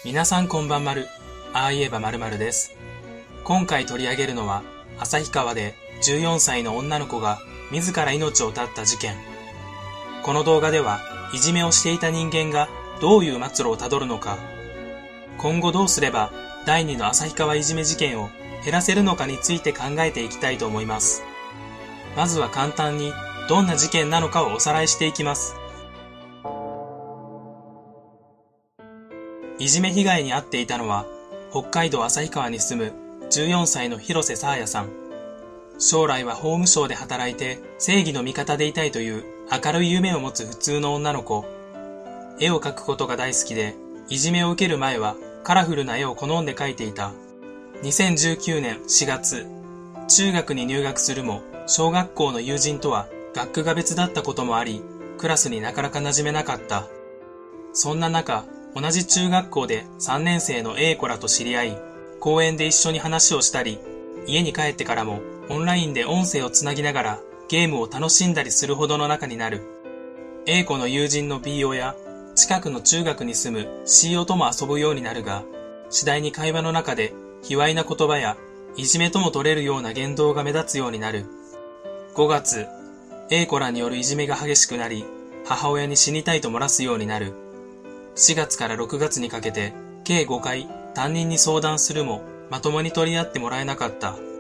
皆さんこんばんまる。ああ言えば〇〇です。今回取り上げるのは、旭川で14歳の女の子が自ら命を絶った事件。この動画では、いじめをしていた人間がどういう末路をたどるのか、今後どうすれば第2の旭川いじめ事件を減らせるのかについて考えていきたいと思います。まずは簡単にどんな事件なのかをおさらいしていきます。いじめ被害に遭っていたのは、北海道旭川に住む14歳の広瀬沙彩さん。将来は法務省で働いて正義の味方でいたいという明るい夢を持つ普通の女の子。絵を描くことが大好きで、いじめを受ける前はカラフルな絵を好んで描いていた。2019年4月、中学に入学するも、小学校の友人とは学区が別だったこともあり、クラスになかなか馴染めなかった。そんな中、同じ中学校で3年生の A 子らと知り合い、公園で一緒に話をしたり、家に帰ってからもオンラインで音声をつなぎながらゲームを楽しんだりするほどの仲になる。A 子の友人の B 子や近くの中学に住む C 子とも遊ぶようになるが、次第に会話の中で卑猥な言葉やいじめとも取れるような言動が目立つようになる。5月、A 子らによるいじめが激しくなり、母親に死にたいと漏らすようになる。4月から6月にかけて計5回担任に相談するもまともに取り合ってもらえなかった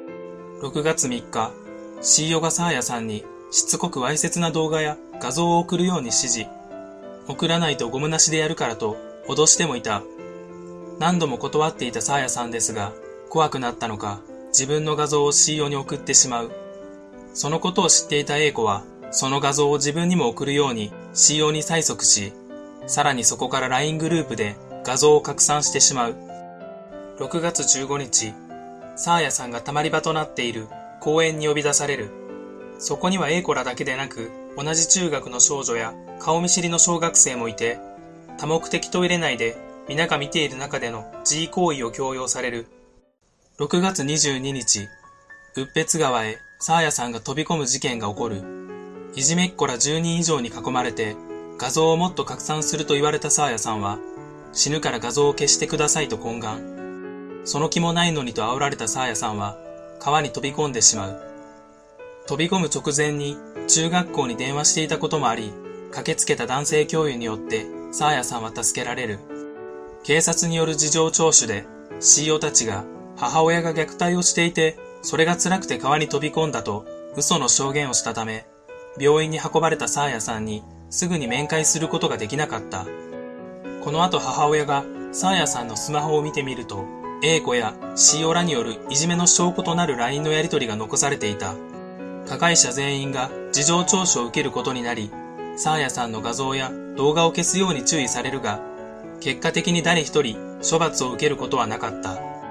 。6月3日、C 子が沙彩さんにしつこくわいせつな動画や画像を送るように指示。送らないとゴムなしでやるからと脅してもいた。何度も断っていた沙彩さんですが、怖くなったのか自分の画像を C 子に送ってしまう。そのことを知っていた A 子はその画像を自分にも送るように C 子に催促し、さらにそこから LINE グループで画像を拡散してしまう。6月15日、沙彩さんがたまり場となっている公園に呼び出される。そこには A 子らだけでなく、同じ中学の少女や顔見知りの小学生もいて、多目的トイレ内で皆が見ている中での自慰行為を強要される。6月22日、うっぺつ川へ沙彩さんが飛び込む事件が起こる。いじめっ子ら10人以上に囲まれて、画像をもっと拡散すると言われた沙彩さんは、死ぬから画像を消してくださいと懇願。その気もないのにと煽られた沙彩さんは、川に飛び込んでしまう。飛び込む直前に中学校に電話していたこともあり、駆けつけた男性教諭によって沙彩さんは助けられる。警察による事情聴取で、C 子たちが母親が虐待をしていて、それが辛くて川に飛び込んだと嘘の証言をしたため、病院に運ばれた沙彩さんにすぐに面会することができなかった。この後母親が沙彩さんのスマホを見てみると、A 子や C 子らによるいじめの証拠となる LINE のやり取りが残されていた。加害者全員が事情聴取を受けることになり、沙彩さんの画像や動画を消すように注意されるが、結果的に誰一人処罰を受けることはなかった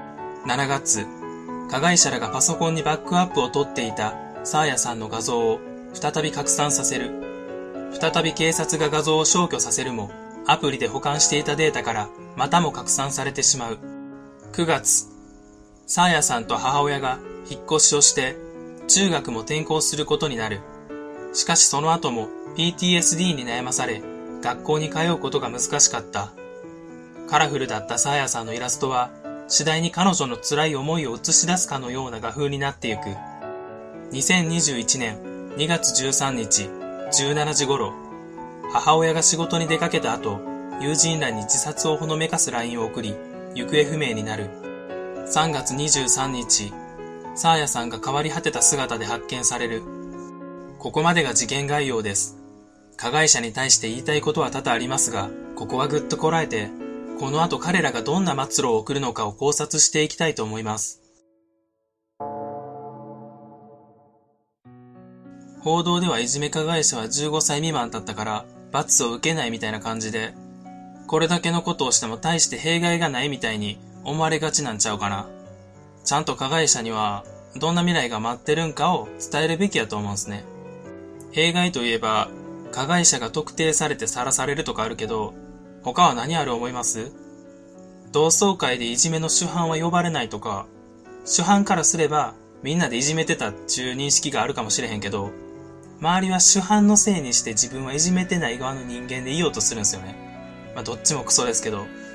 。7月、加害者らがパソコンにバックアップを取っていた沙彩さんの画像を再び拡散させる。再び警察が画像を消去させるも、アプリで保管していたデータからまたも拡散されてしまう。9月、沙彩さんと母親が引っ越しをして中学も転校することになる。しかしその後も PTSD に悩まされ、学校に通うことが難しかった。カラフルだった沙彩さんのイラストは、次第に彼女の辛い思いを映し出すかのような画風になってゆく。2021年2月13日17時頃、母親が仕事に出かけた後、友人らに自殺をほのめかす LINE を送り、行方不明になる。3月23日、沙彩さんが変わり果てた姿で発見される。ここまでが事件概要です。加害者に対して言いたいことは多々ありますが、ここはぐっとこらえて、この後彼らがどんな末路を送るのかを考察していきたいと思います。報道ではいじめ加害者は15歳未満だったから罰を受けないみたいな感じで、これだけのことをしても大して弊害がないみたいに思われがちなんちゃうかな。ちゃんと加害者にはどんな未来が待ってるんかを伝えるべきやと思うんですね。弊害といえば加害者が特定されて晒されるとかあるけど、他は何ある思います？同窓会でいじめの主犯は呼ばれないとか、主犯からすればみんなでいじめてたっていう認識があるかもしれへんけど、周りは主犯のせいにして自分はいじめてない側の人間でいようとするんですよね。どっちもクソですけど。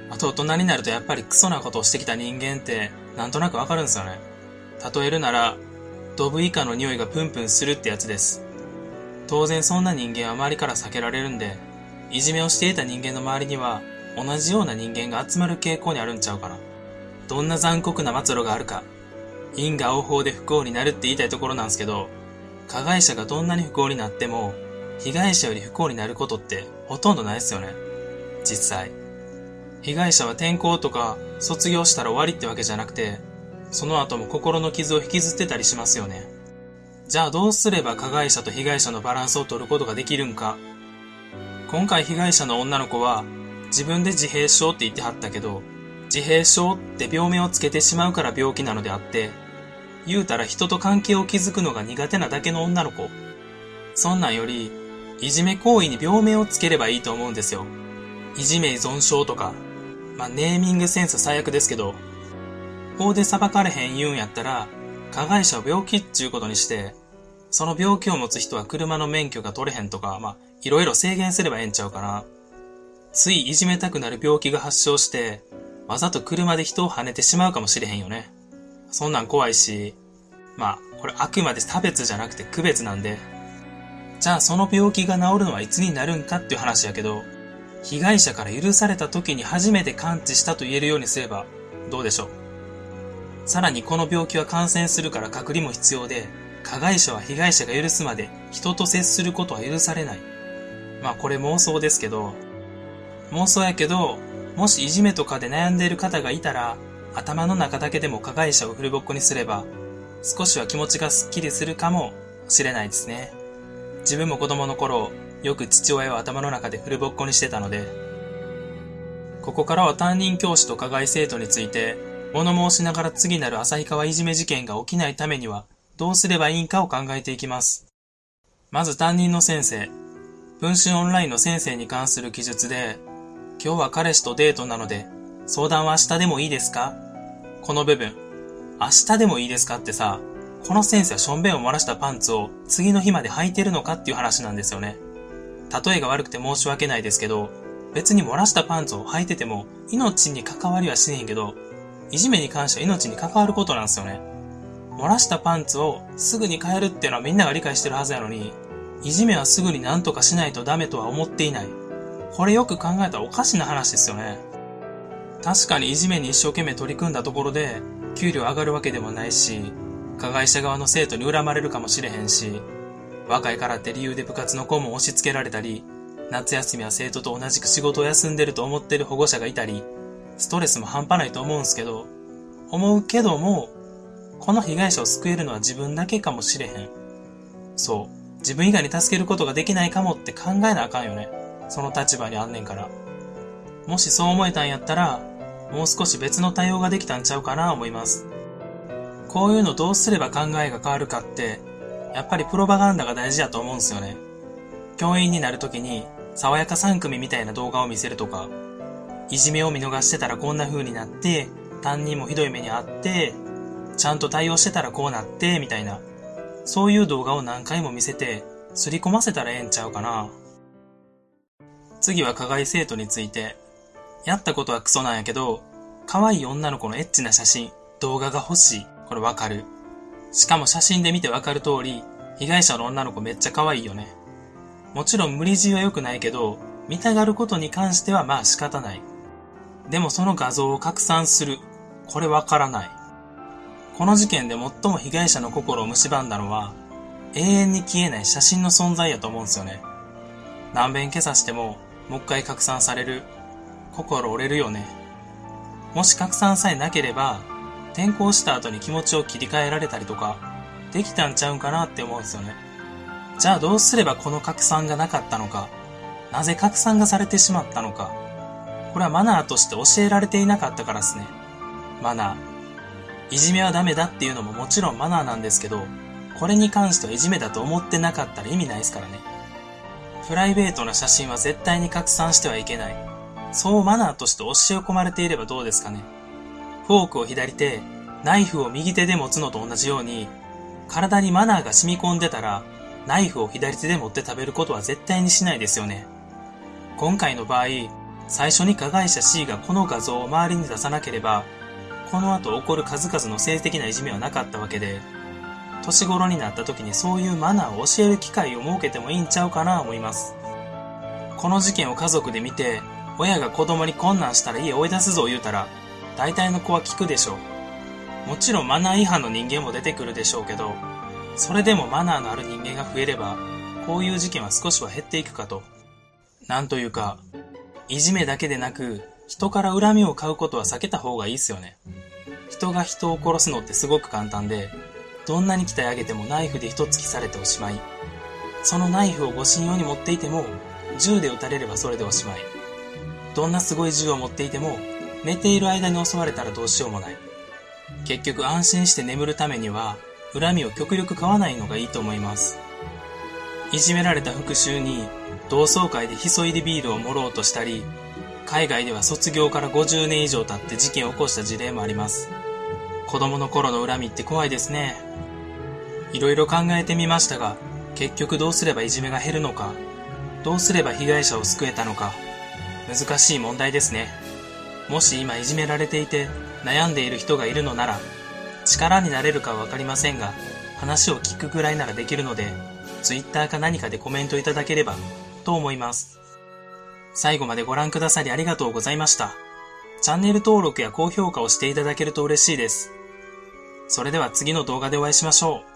あと大人になるとやっぱりクソなことをしてきた人間ってなんとなくわかるんですよね。例えるなら、ドブイカの匂いがプンプンするってやつです。当然そんな人間は周りから避けられるんで、いじめをしていた人間の周りには同じような人間が集まる傾向にあるんちゃうかな。どんな残酷な末路があるか、因果応報で不幸になるって言いたいところなんですけど、加害者がどんなに不幸になっても、被害者より不幸になることってほとんどないですよね。実際。被害者は転校とか卒業したら終わりってわけじゃなくて、その後も心の傷を引きずってたりしますよね。じゃあどうすれば加害者と被害者のバランスを取ることができるんか。今回被害者の女の子は自分で自閉症って言ってはったけど、自閉症って病名をつけてしまうから病気なのであって、言うたら人と関係を築くのが苦手なだけの女の子。そんなんより、いじめ行為に病名をつければいいと思うんですよ。いじめ依存症とか、ネーミングセンス最悪ですけど、法で裁かれへん言うんやったら、加害者を病気っちゅうことにして、その病気を持つ人は車の免許が取れへんとか、いろいろ制限すればええんちゃうかな。ついいじめたくなる病気が発症して、わざと車で人を跳ねてしまうかもしれへんよね。そんなん怖いし、これあくまで差別じゃなくて区別なんで、じゃあその病気が治るのはいつになるんかっていう話やけど、被害者から許された時に初めて完治したと言えるようにすればどうでしょう。さらにこの病気は感染するから隔離も必要で、加害者は被害者が許すまで人と接することは許されない。これ妄想ですけど、妄想やけど、もしいじめとかで悩んでいる方がいたら、頭の中だけでも加害者をフルボッコにすれば、少しは気持ちがスッキリするかもしれないですね。自分も子供の頃、よく父親を頭の中でフルボッコにしてたので、ここからは担任教師と加害生徒について、物申しながら次なる旭川いじめ事件が起きないためには、どうすればいいかを考えていきます。まず担任の先生。文春オンラインの先生に関する記述で、今日は彼氏とデートなので、相談は明日でもいいですか？この部分、明日でもいいですかってさ、この先生はしょんべんを漏らしたパンツを次の日まで履いてるのかっていう話なんですよね。例えが悪くて申し訳ないですけど、別に漏らしたパンツを履いてても命に関わりはしねんけど、いじめに関しては命に関わることなんですよね。漏らしたパンツをすぐに変えるっていうのはみんなが理解してるはずやのに、いじめはすぐに何とかしないとダメとは思っていない。これよく考えたらおかしな話ですよね。確かにいじめに一生懸命取り組んだところで給料上がるわけでもないし、加害者側の生徒に恨まれるかもしれへんし、若いからって理由で部活の顧問を押し付けられたり、夏休みは生徒と同じく仕事を休んでると思ってる保護者がいたり、ストレスも半端ないと思うんすけど、も、この被害者を救えるのは自分だけかもしれへん。そう。自分以外に助けることができないかもって考えなあかんよね。その立場にあんねんから。もしそう思えたんやったら、もう少し別の対応ができたんちゃうかな思います。こういうのどうすれば考えが変わるかって、やっぱりプロパガンダが大事だと思うんすよね。教員になるときに、爽やか3組みたいな動画を見せるとか、いじめを見逃してたらこんな風になって、担任もひどい目にあって、ちゃんと対応してたらこうなって、みたいな。そういう動画を何回も見せて、刷り込ませたらええんちゃうかな。次は加害生徒について。やったことはクソなんやけど、可愛い女の子のエッチな写真、動画が欲しい。これわかる。しかも写真で見てわかる通り、被害者の女の子めっちゃ可愛いよね。もちろん無理強いは良くないけど、見たがることに関しては仕方ない。でもその画像を拡散する。これわからない。この事件で最も被害者の心を蝕んだのは、永遠に消えない写真の存在やと思うんですよね。何遍消さしても、もう一回拡散される。心折れるよね。もし拡散さえなければ、転校した後に気持ちを切り替えられたりとか、できたんちゃうんかなって思うんですよね。じゃあどうすればこの拡散がなかったのか、なぜ拡散がされてしまったのか、これはマナーとして教えられていなかったからですね。マナー。いじめはダメだっていうのももちろんマナーなんですけど、これに関してはいじめだと思ってなかったら意味ないですからね。プライベートな写真は絶対に拡散してはいけない。そうマナーとして教え込まれていればどうですかね。フォークを左手、ナイフを右手で持つのと同じように、体にマナーが染み込んでたら、ナイフを左手で持って食べることは絶対にしないですよね。今回の場合、 最初に加害者 C がこの画像を周りに出さなければ、この後起こる数々の性的ないじめはなかったわけで、年頃になった時にそういうマナーを教える機会を設けてもいいんちゃうかな思います。この事件を家族で見て、親が子供にこんなんしたら家追い出すぞ言うたら、大体の子は聞くでしょう。もちろんマナー違反の人間も出てくるでしょうけど、それでもマナーのある人間が増えれば、こういう事件は少しは減っていくかと。なんというか、いじめだけでなく、人から恨みを買うことは避けた方がいいっすよね。人が人を殺すのってすごく簡単で、どんなに鍛え上げてもナイフで一突きされておしまい。そのナイフを護身用に持っていても、銃で撃たれればそれでおしまい。どんなすごい銃を持っていても、寝ている間に襲われたらどうしようもない。結局安心して眠るためには、恨みを極力買わないのがいいと思います。いじめられた復讐に、同窓会でヒ素入りビールを盛ろうとしたり、海外では卒業から50年以上経って事件を起こした事例もあります。子供の頃の恨みって怖いですね。いろいろ考えてみましたが、結局どうすればいじめが減るのか、どうすれば被害者を救えたのか、難しい問題ですね。もし今いじめられていて悩んでいる人がいるのなら、力になれるかはわかりませんが、話を聞くぐらいならできるので、Twitter か何かでコメントいただければと思います。最後までご覧くださりありがとうございました。チャンネル登録や高評価をしていただけると嬉しいです。それでは次の動画でお会いしましょう。